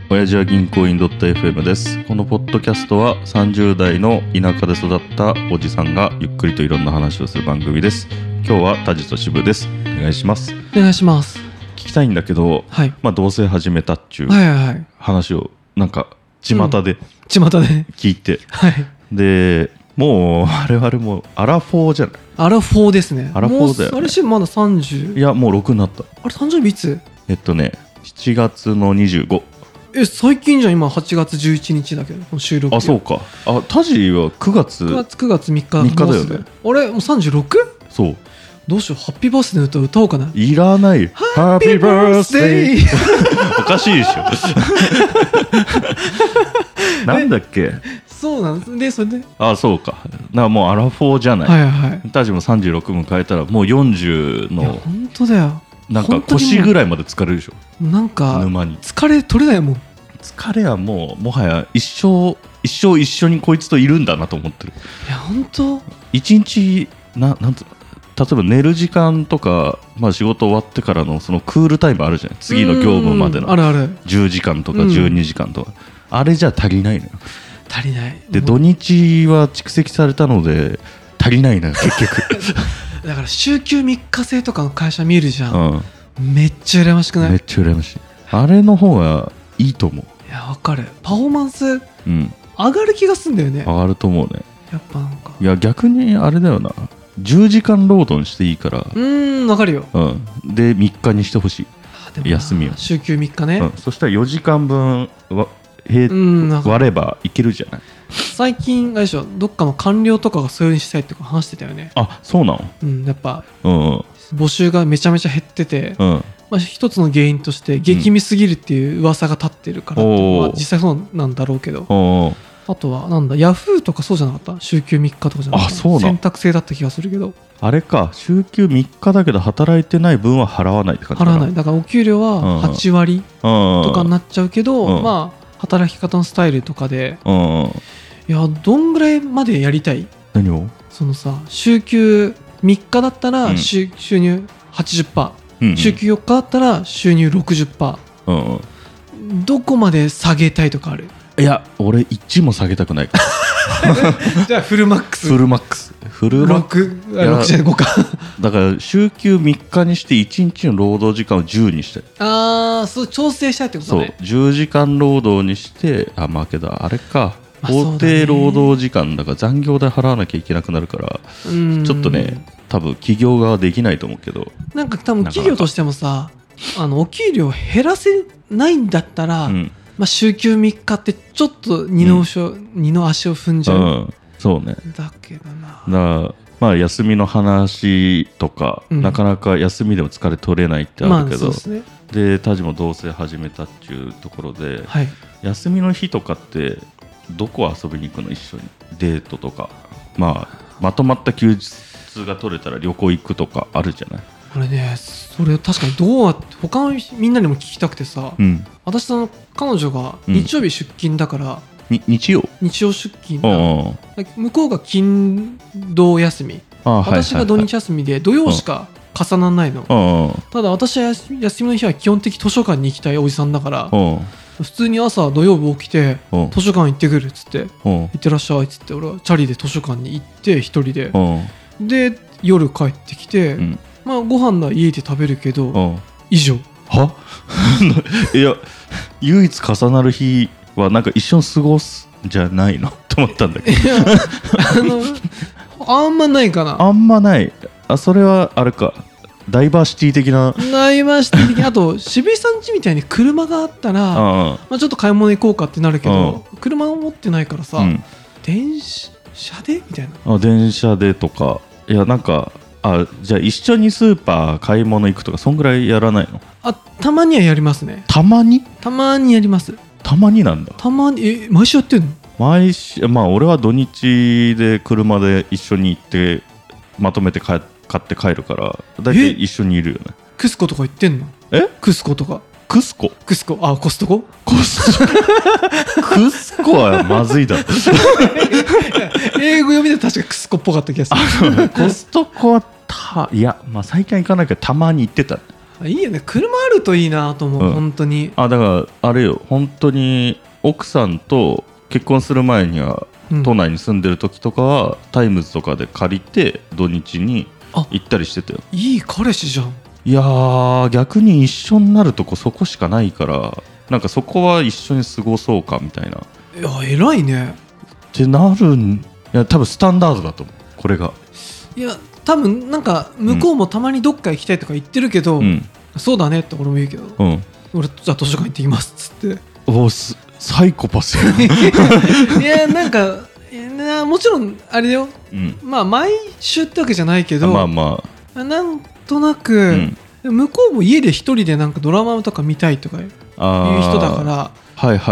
親父は銀行員 .fm です。このポッドキャストは30代の田舎で育ったおじさんがゆっくりといろんな話をする番組です。今日はタジとシブです。お願いします。 お願いします。 聞きたいんだけど、 はい、 同棲始めたっちゅう話をなんか巷で聞いて、 はい、 でもう我々もアラフォーじゃない。 アラフォーですね。 アラフォーだよね。 あれしまだ30。 いやもう6になった。 あれ誕生日いつ ？7月の25。 最近じゃん。今8月11日だけど、この収録。 あ、そうか。あ、タジは9月 3日だよね。 あれもう 36？ そう。 どうしよう。ハッピーバースデーの歌おうかな。 いらない。ハッピーバースデーおかしいでしょなんだっけ。 そうなんですで、それであ、そうか。もうアラフォーじゃない、 はいはい、 タジも36迎えたらもう40の。 本当だよ。 なんか腰ぐらいまで疲れるでしょ。 なんか沼に疲れ取れないもん。 疲れはもはや一生一緒にこいつといるんだなと思ってる。 いや本当。 一日なんつ例えば寝る時間とか、仕事終わってからのそのクールタイムあるじゃん。次の業務までのあるある 10時間とか12時間とか、あれじゃ足りないのよ。 足りない。 で土日は蓄積されたので足りないのよ結局だから週休3日制とかの会社見るじゃん、めっちゃ羨ましくない？ めっちゃ羨ましい。あれの方がいいと思う。 いや分かる。パフォーマンス、上がる気がすんだよね。 上がると思うね。 やっぱなんかいや逆にあれだよな、10時間労働にしていいから。 分かるよ、 で3日にしてほしい。休みを週休3日ね、 そしたら4時間分割ればいけるじゃない。 最近あれでしょ、どっかの官僚とかがそういう風にしたいって話してたよね。 あ、そうなの？やっぱ、募集がめちゃめちゃ減ってて、一つの原因として激見すぎるっていう噂が立ってるからっていうのは実際そうなんだろうけど、あとはなんだヤフーとかそうじゃなかった？週休3日とかじゃなかった？選択制だった気がするけど。 あれか、週休3日だけど働いてない分は払わないって感じかな。 払わない。だからお給料は8割とかになっちゃうけど、働き方のスタイルとかで、いやどんぐらいまでやりたい？ 何を？ そのさ、週休3日だったら収入 80%、週休4日だったら収入 60%、どこまで下げたいとかある？ いや俺1も下げたくないからじゃあフルマックス6じゃ5かだから週休3日にして1日の労働時間を10にしたい。 そう調整したいってことね。 そう10時間労働にして、けどあれか、法定労働時間だから残業代払わなきゃいけなくなるから、ちょっとね多分企業側はできないと思うけど、 なんか多分企業としてもさ、お給料減らせないんだったら、週休3日ってちょっと二の足を踏んじゃう、 そうね。 だけどな、 休みの話とか、なかなか休みでも疲れ取れないってあるけど、でタジも同棲始めたっていうところで、休みの日とかってどこ遊びに行くの？一緒にデートとか、まとまった休日が取れたら旅行行くとかあるじゃない。 これね、それ確かに他のみんなにも聞きたくてさ、私彼女が日曜日出勤だから、日曜出勤だ、向こうが金土休み、私が土日休みで土曜しか重ならないの、ただ私は休みの日は基本的図書館に行きたいおじさんだから、普通に朝土曜日起きて図書館行ってくるっつって、行ってらっしゃいっつって、俺はチャリで図書館に行って一人で、で夜帰ってきて、ご飯は家で食べるけど、以上。 いや唯一重なる日はなんか一緒に過ごすんじゃないのと思ったんだけどあんまないかな。 あんまない。それはあれか、ダイバーシティ的な。 あと渋井さん家みたいに車があったらちょっと買い物行こうかってなるけど、車を持ってないからさ、電車でみたいな。 電車でとか。いやなんかじゃあ一緒にスーパー買い物行くとか、そんぐらいやらないの？ たまにはやりますね。 たまにやります。 たまになんだ。 たまに。毎週やってんの？ 毎週。俺は土日で車で一緒に行ってまとめて買って帰るから、だいたい一緒にいるよね。 クスコとか行ってんの？クスコとか。 クスココストコクスコはまずいだろ英語読みで確かクスコっぽかった気がする。 コストコはいや、最近は行かないけどたまに行ってた。 いいよね、車あるといいなと思う、本当に。 だからあれよ、本当に奥さんと結婚する前には、都内に住んでる時とかはタイムズとかで借りて土日に行ったりしてたよ。 いい彼氏じゃん。 いやー、逆に一緒になるとこそこしかないから、なんかそこは一緒に過ごそうかみたいな。 いや偉いねってなるん。いや多分スタンダードだと思うこれが。いや多分なんか向こうもたまにどっか行きたいとか言ってるけど、そうだねって俺も言うけど、俺じゃあ図書館行ってきますっつって。 サイコパスやいやなんかもちろんあれだよ、まあ毎週ってわけじゃないけど、なんとなく、向こうも家で一人でなんかドラマとか見たいとかいう人だから、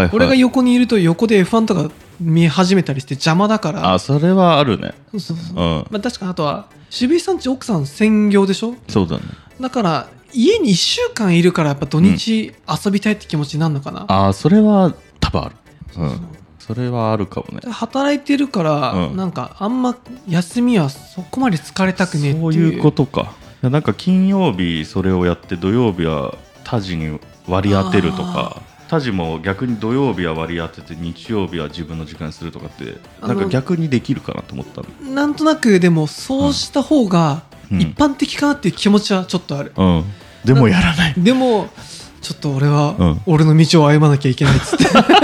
俺が横にいると横で F1 とか見始めたりして邪魔だから。 それはあるね。 確かに。あとは渋井さんち奥さん専業でしょ。 そうだね。 だから家に1週間いるからやっぱ土日遊びたいって気持ちになるのかな。 それは多分ある。それはあるかもね。 働いてるから、なんかあんま休みはそこまで疲れたくねえっていう。 そういうことか。なんか金曜日それをやって土曜日は他時に割り当てるとか、他時も逆に土曜日は割り当てて日曜日は自分の時間にするとかってなんか逆にできるかなと思ったの。 なんとなくでもそうした方が一般的かなっていう気持ちはちょっとある。 でもやらない。 でもちょっと俺は俺の道を歩まなきゃいけないっつって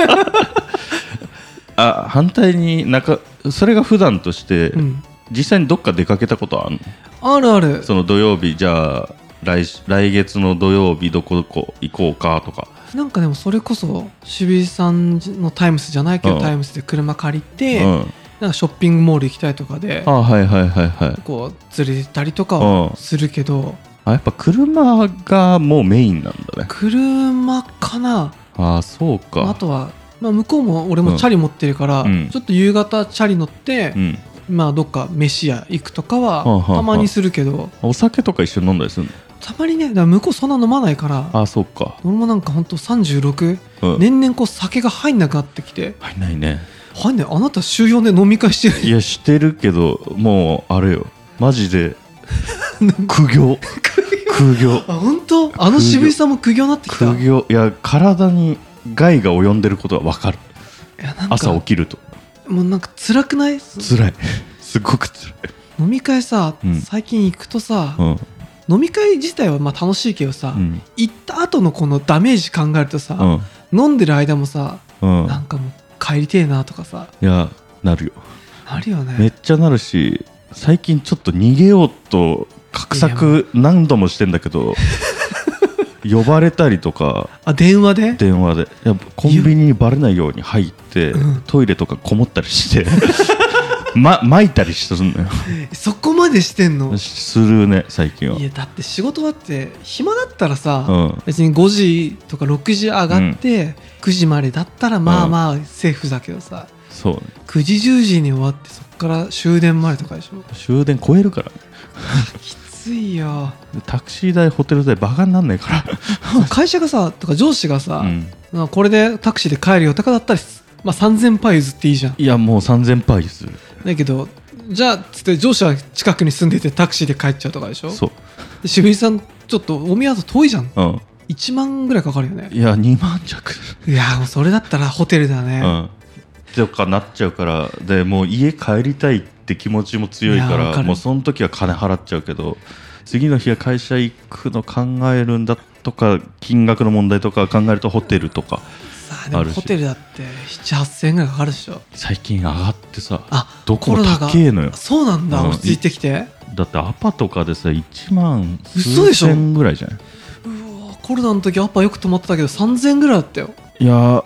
反対にそれが普段として、実際にどっか出かけたことあるの？ あるある。 その土曜日じゃあ来月の土曜日どこ行こうかとか。 なんかでもそれこそ渋井さんのタイムスじゃないけど、タイムスで車借りて、なんかショッピングモール行きたいとかで、こう連れてたりとかはするけど、 やっぱ車がもうメインなんだね。 車かな。 そうか。 あとは、向こうも俺もチャリ持ってるから、ちょっと夕方チャリ乗って、どっか飯屋行くとかはたまにするけど。 お酒とか一緒に飲んだりするの？ たまにね。だから向こうそんな飲まないから。 そうか。 俺もなんかほんと36、年々こう酒が入んなくなってきて。 入んないね。 入んない。あなた週4で飲み会してる？ いやしてるけど、もうあれよ、マジで苦行本当？渋井さんも苦行になってきた。 苦行。いや体に害が及んでることは分かる。朝起きるともうなんか辛くない？ 辛いすごく辛い。 飲み会さ、最近行くとさ、飲み会自体は楽しいけどさ、行った後のこのダメージ考えるとさ、飲んでる間もさ、なんかもう帰りてえなとかさ。 いやなるよ。 なるよね。 めっちゃなるし、最近ちょっと逃げようと画策何度もしてんだけど呼ばれたりとか。 電話でやっぱコンビニにバレないように入って、トイレとかこもったりして撒いたりするのよ。 そこまでしてんの？ するね最近は。 いやだって仕事だって暇だったらさ、別に5時とか6時上がって、9時までだったらまあセーフだけどさ、 そうね、 9時10時に終わってそっから終電までとかでしょ。 終電超えるからねきついよ。 タクシー代ホテル代バカになんないから会社がさとか上司がさ、これでタクシーで帰るよとかだったら3000パー譲っていいじゃん。 いやもう3000パー譲る。 だけどじゃあつって上司は近くに住んでてタクシーで帰っちゃうとかでしょ。 そうで渋井さんちょっとお宮と遠いじゃん、1万ぐらいかかるよね。 いや2万弱。 いやもうそれだったらホテルだね、 とかなっちゃうから。でもう家帰りたいって気持ちも強いからもうその時は金払っちゃうけど、次の日は会社行くの考えるんだとか金額の問題とか考えるとホテルとか。 でもホテルだって7,000-8,000円ぐらいかかるでしょ。 最近上がってさ、どこも高えのよ。 そうなんだ、落ち着いてきて。 だってアパとかでさ1万数千ぐらいじゃない？ うわ、コロナの時アパよく泊まってたけど3000円ぐらいだったよ。 いや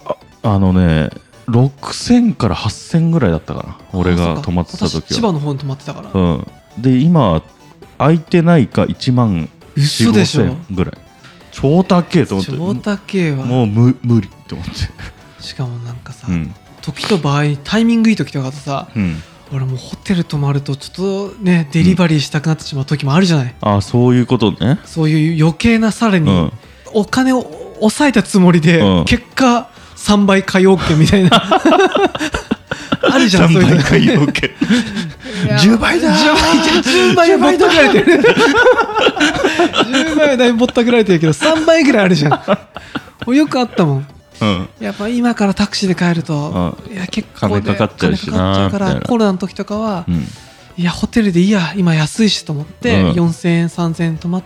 6000から8000ぐらいだったかな、俺が泊まってた時は。 私千葉の方に泊まってたから。 で今空いてないか1万4,5,000ぐらい。超高えと思って。 超高えわ。 もう無理って思って。 しかもなんかさ、時と場合タイミングいい時とかだとさ、俺もうホテル泊まるとちょっとねデリバリーしたくなってしまう時もあるじゃない。 そういうことね。 そういう余計なさらにお金を抑えたつもりで、結果3倍買い OK みたいなあるじゃん、そういうの。 3倍買い受け10倍だ 10倍ぼったくられてる10倍だいぼったくられてるけど3倍ぐらいあるじゃん。よくあったもん。やっぱ今からタクシーで帰ると、いや結構、 金かかっちゃうしなから、コロナの時とかは、いやホテルでいいや今安いしと思って、4000円3000円泊まって、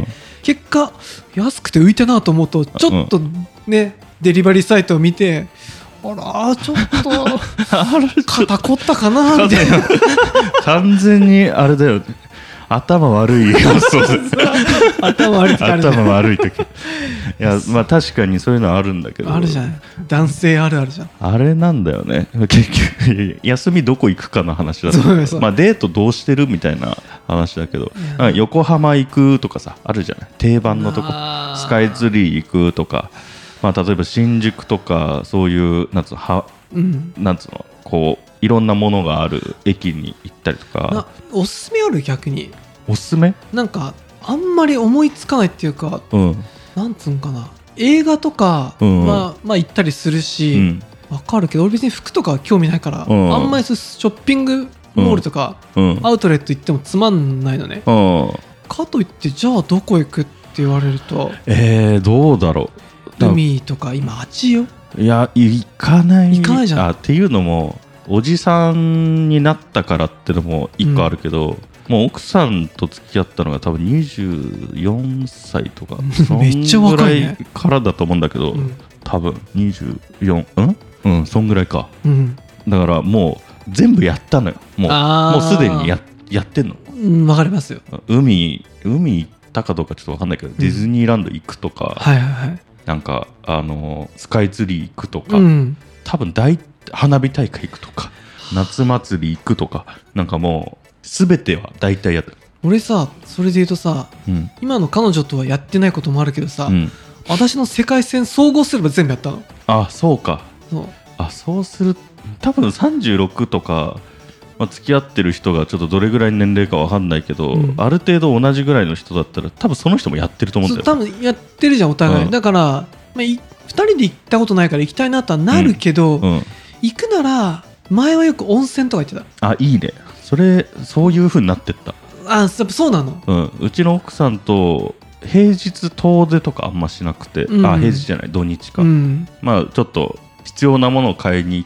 結果安くて浮いたなと思うとちょっとね、デリバリーサイトを見て、あらちょっと肩凝ったかなみたいな完全にあれだよ、頭悪い頭悪い時あるじゃん。 頭悪い時いや、まあ確かにそういうのあるんだけど、 あるじゃん、男性あるあるじゃん。 あれなんだよね、結局休みどこ行くかの話だと、まあデートどうしてるみたいな話だけど、横浜行くとかさあるじゃない、定番のとこ、スカイツリー行くとか、まあ例えば新宿とかそういうなんつうのこういろんなものがある駅に行ったりとか。 おすすめある？逆におすすめなんかあんまり思いつかないっていうか、なんつうんかな、映画とか、まあ行ったりするし、わかるけど俺別に服とかは興味ないから、あんまりショッピングモールとか、アウトレット行ってもつまんないのね。かといってじゃあどこ行くって言われると、 どうだろう。海とか今あっちよ。 いや行かないじゃん。 っていうのもおじさんになったからってのも一個あるけど、もう奥さんと付き合ったのが多分24歳とかめっちゃ若いね、 そんぐらいからだと思うんだけど、多分24そんぐらいか、だからもう全部やったのよ。もうすでにやってんの。 わかりますよ。 海行ったかどうかちょっと分かんないけど、ディズニーランド行くとか、なんかスカイツリー行くとか、多分花火大会行くとか夏祭り行くとか、なんかもう全ては大体やってる。 俺さ、それで言うとさ、今の彼女とはやってないこともあるけどさ、私の世界線総合すれば全部やったの。 あ、そうか。そうする多分36とか、付き合ってる人がちょっとどれぐらい年齢か分かんないけど、ある程度同じぐらいの人だったら多分その人もやってると思うんだよ。 多分やってるじゃんお互い、だから、2人で行ったことないから行きたいなとはなるけど、行くなら前はよく温泉とか行ってた。 いいね。そういう風になってった。 そうなの。 うちの奥さんと平日遠出とかあんましなくて、平日じゃない土日か、まあちょっと必要なものを買いに行って、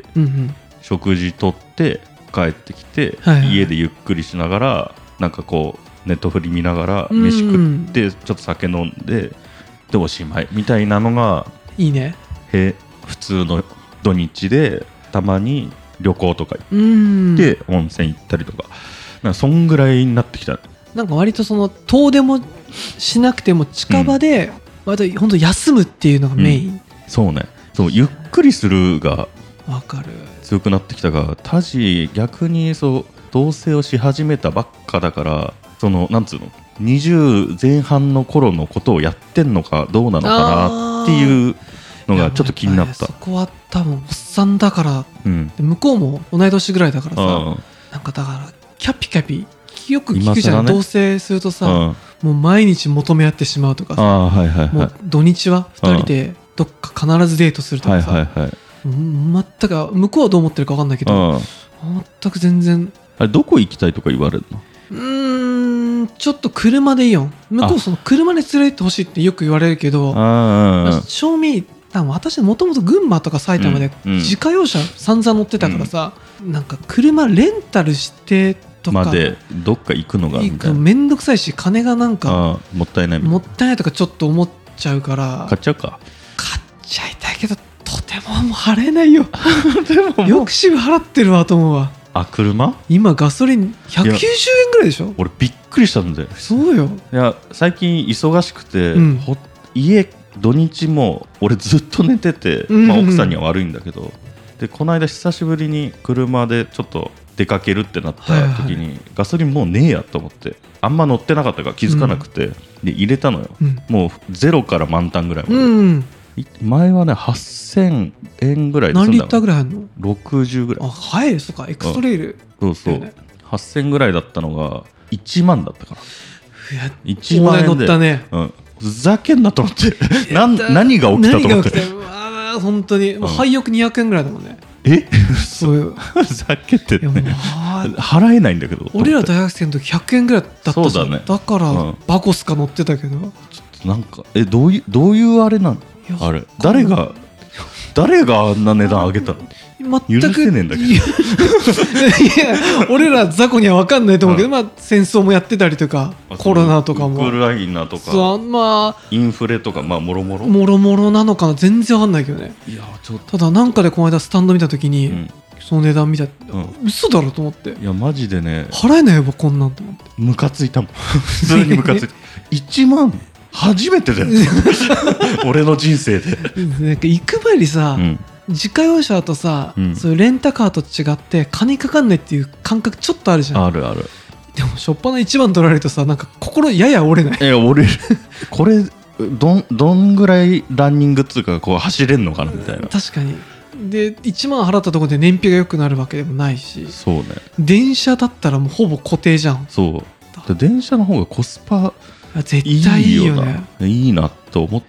食事とって帰ってきて、家でゆっくりしながらなんかこうネットフリ見ながら飯食って、ちょっと酒飲んでおしまいみたいなのがいいね。 普通の土日で、たまに旅行とか行って温泉行ったりとか、なんかそんぐらいになってきた。 なんか割とその遠出もしなくても近場で割と本当休むっていうのがメイン。 そうね。そうゆっくりするがわかる。 強くなってきたが、タジ逆に同棲をし始めたばっかだから、なんつうの20前半の頃のことをやってんのかどうなのかなっていうのがちょっと気になった。 そこは多分おっさんだから、向こうも同い年ぐらいだからさ、なんかだからキャピキャピよく聞くじゃん、同棲するとさ、もう毎日求め合ってしまうとかさ、もう土日は2人でどっか必ずデートするとかさ、全く向こうはどう思ってるか分かんないけど、全く全然。 あれどこ行きたいとか言われるの？ ちょっと車でいいよ。向こうその車で連れてってほしいってよく言われるけど、正味多分私もともと群馬とか埼玉で自家用車散々乗ってたからさ、なんか車レンタルしてとかまでどっか行くのがめんどくさいし、金がなんかもったいないとかちょっと思っちゃうから、 買っちゃうか。 買っちゃいたいけどとてももう払えないよよく渋払ってるわと思うわ。 車今ガソリン190円ぐらいでしょ。 俺びっくりしたんだよ。 そうよ。 いや最近忙しくて、家土日も俺ずっと寝てて、奥さんには悪いんだけど、でこの間久しぶりに車でちょっと出かけるってなった時に、ガソリンもうねえやと思って、あんま乗ってなかったから気づかなくて、で入れたのよ、もうゼロから満タンぐらいまで、前はね8000円ぐらいで済んだの。何リッターぐらいあるの ？60ぐらい。 はい、そうか、エクストレイル、 そう8000ぐらいだったのが1万だったから。 1万円乗ったね。 ふざけんなと思って何が起きたと思って。 本当にもう廃屋200円ぐらいだもんね。 そういうふざけてね、払えないんだけど。 俺ら大学生の時100円ぐらいだったじゃん。 そうだね。 だから、バコスカ乗ってたけど、ちょっとなんかどういうあれなのあれ。誰があんな値段上げたの。全く許せねえんだけど。いや俺ら雑魚には分かんないと思うけど、まあ戦争もやってたりとか、コロナとかも、 ウクライナとか、 まあインフレとか、まあもろもろなのかな、全然分かんないけどね。 いやちょっとただなんかでこの間スタンド見た時に、その値段見た、嘘だろと思って。 いやマジでね、 払えないよこんなんと思って。 ムカついたもん。普通にムカついた。1万初めてだよ。俺の人生で。 なんか行く前にさ。自家用車だとさ、そういうレンタカーと違って金かかんないっていう感覚ちょっとあるじゃん。 あるある。 でも初っ端の1番取られるとさ、なんか心やや折れない。 折れる。これどんぐらいランニングっつうかこう走れんのかなみたいな。 確かに。で1万払ったところで燃費が良くなるわけでもないし。 そうね。 電車だったらもうほぼ固定じゃん。 そう。電車の方がコスパ絶対いいよね。 いいなと思って、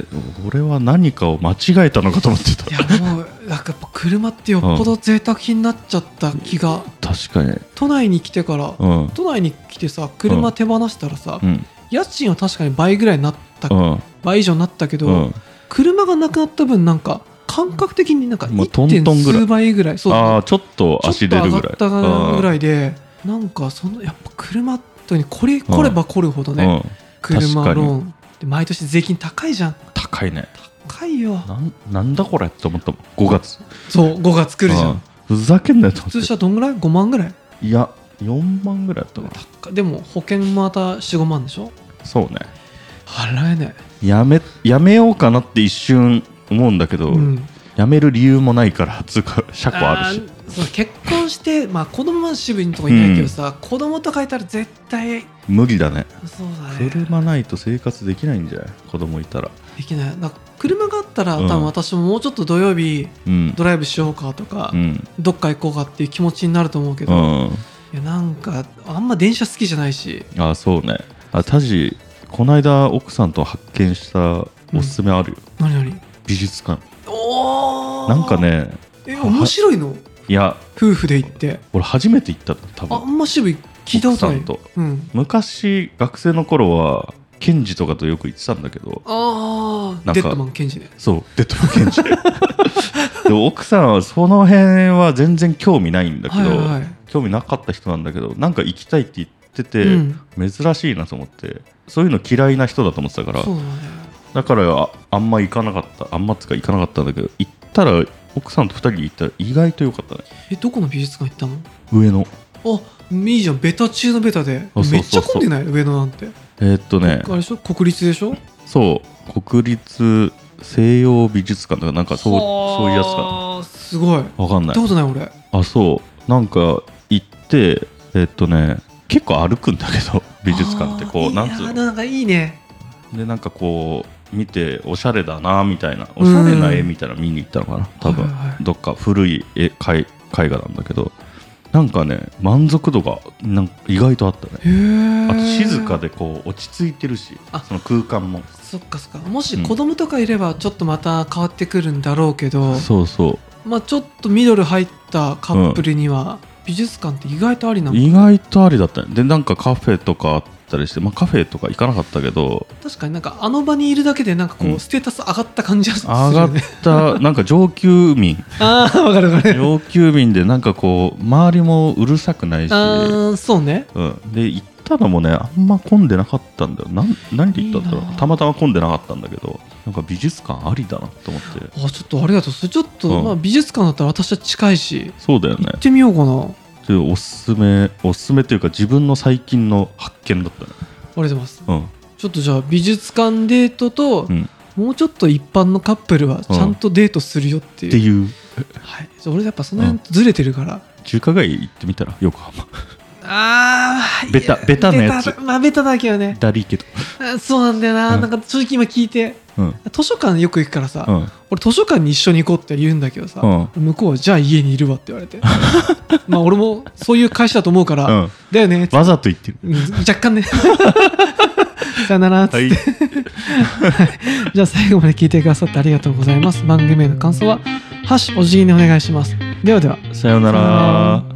俺は何かを間違えたのかと思ってた。 いやもうなんかやっぱ車ってよっぽど贅沢品になっちゃった気が。 確かに。 都内に来てから、都内に来てさ、車手放したらさ、家賃は確かに倍ぐらいになった、倍以上になったけど、車がなくなった分なんか感覚的になんか 1. 数倍ぐらい、 そうそう、ちょっと足出るぐらい、 ちょっと上がったぐらいで、なんかそのやっぱ車にこればこるほどね、車ローンで毎年税金高いじゃん。 高いね。 高いよ。 なんだこれって思ったもん。5月。 そう5月来るじゃん。 ふざけんなよと思って。 普通車どんぐらい？5万ぐらい？ いや4万ぐらいだったかな。でも保険また 4,5 万でしょ。そうね。 払えない。 やめようかなって一瞬思うんだけど、やめる理由もないからつうか車庫あるし。 そう結婚して、まあ、子供は渋いとこいないけどさ、子供とかいたら絶対無理だね。 そうだね。 車ないと生活できないんじゃない？子供いたらできない。車があったら、多分私ももうちょっと土曜日、ドライブしようかとか、どっか行こうかっていう気持ちになると思うけど、いやなんかあんま電車好きじゃないし。 そうね。タジこの間奥さんと発見したおすすめあるよ。 何？ 美術館。 なんかね、 面白いの？ いや夫婦で行って。 俺初めて行ったの多分。 あんま渋い聞いたことない。 奥さんと、昔学生の頃はケンジとかとよく行ってたんだけど、 デッドマンケンジね。 そうデッドマンケンジ。でも奥さんはその辺は全然興味ないんだけど、興味なかった人なんだけど、なんか行きたいって言ってて、珍しいなと思って、そういうの嫌いな人だと思ってたから、だからあんま行かなかった。あんまつか行かなかったんだけど、行ったら奥さんと2人で行ったら意外と良かったね。 どこの美術館行ったの？ 上野。 いいじゃん。ベタ中のベタでめっちゃ混んでない？上野なんて。 あれでしょ？国立でしょ？ そう、国立西洋美術館とかなんかそういうやつか。 すごい。 わかんない。 行ったことない俺。 そうなんか行って結構歩くんだけど、美術館ってこうなんつうの、 なんかいいね。 でなんかこう見ておしゃれだなみたいな、おしゃれな絵みたいな見に行ったのかな多分。どっか古い絵絵画なんだけど、なんかね満足度がなんか意外とあったね。あと静かでこう落ち着いてるし、その空間も。 そっかそっか。もし子供とかいればちょっとまた変わってくるんだろうけど、 そうそう、 まあちょっとミドル入ったカップルには美術館って意外とありなの？ 意外とありだったね。でなんかカフェとかあったりして、カフェとか行かなかったけど、 確かになんかあの場にいるだけでなんかこう、ステータス上がった感じがするよね。 上がったなんか上級民。 わかるわかる。 上級民でなんかこう周りもうるさくないし。 そうね。 で行ったのもねあんま混んでなかったんだよ。何で行ったんだろう。たまたま混んでなかったんだけど、なんか美術館ありだなと思って。 ちょっとありがとう。それちょっと、美術館だったら私は近いし。 そうだよね。 行ってみようかな。 おすすめというか自分の最近の発見だったね。 ありがとうございます。ちょっとじゃあ美術館デートと、もうちょっと一般のカップルはちゃんとデートするよっていう。はい。俺やっぱその辺ずれてるから。 中華街行ってみたら横浜。ベタなやつ。 ベタだけどね。 だりーけど。 そうなんだよな。なんか正直今聞いて、図書館よく行くからさ、俺図書館に一緒に行こうって言うんだけどさ、向こうはじゃあ家にいるわって言われて。俺もそういう会社だと思うから、だよね。 わざと言ってる。 若干ね。さよならっつって。じゃあ最後まで聞いてくださってありがとうございます。番組への感想はお辞儀にお願いします。ではでは、 さようなら。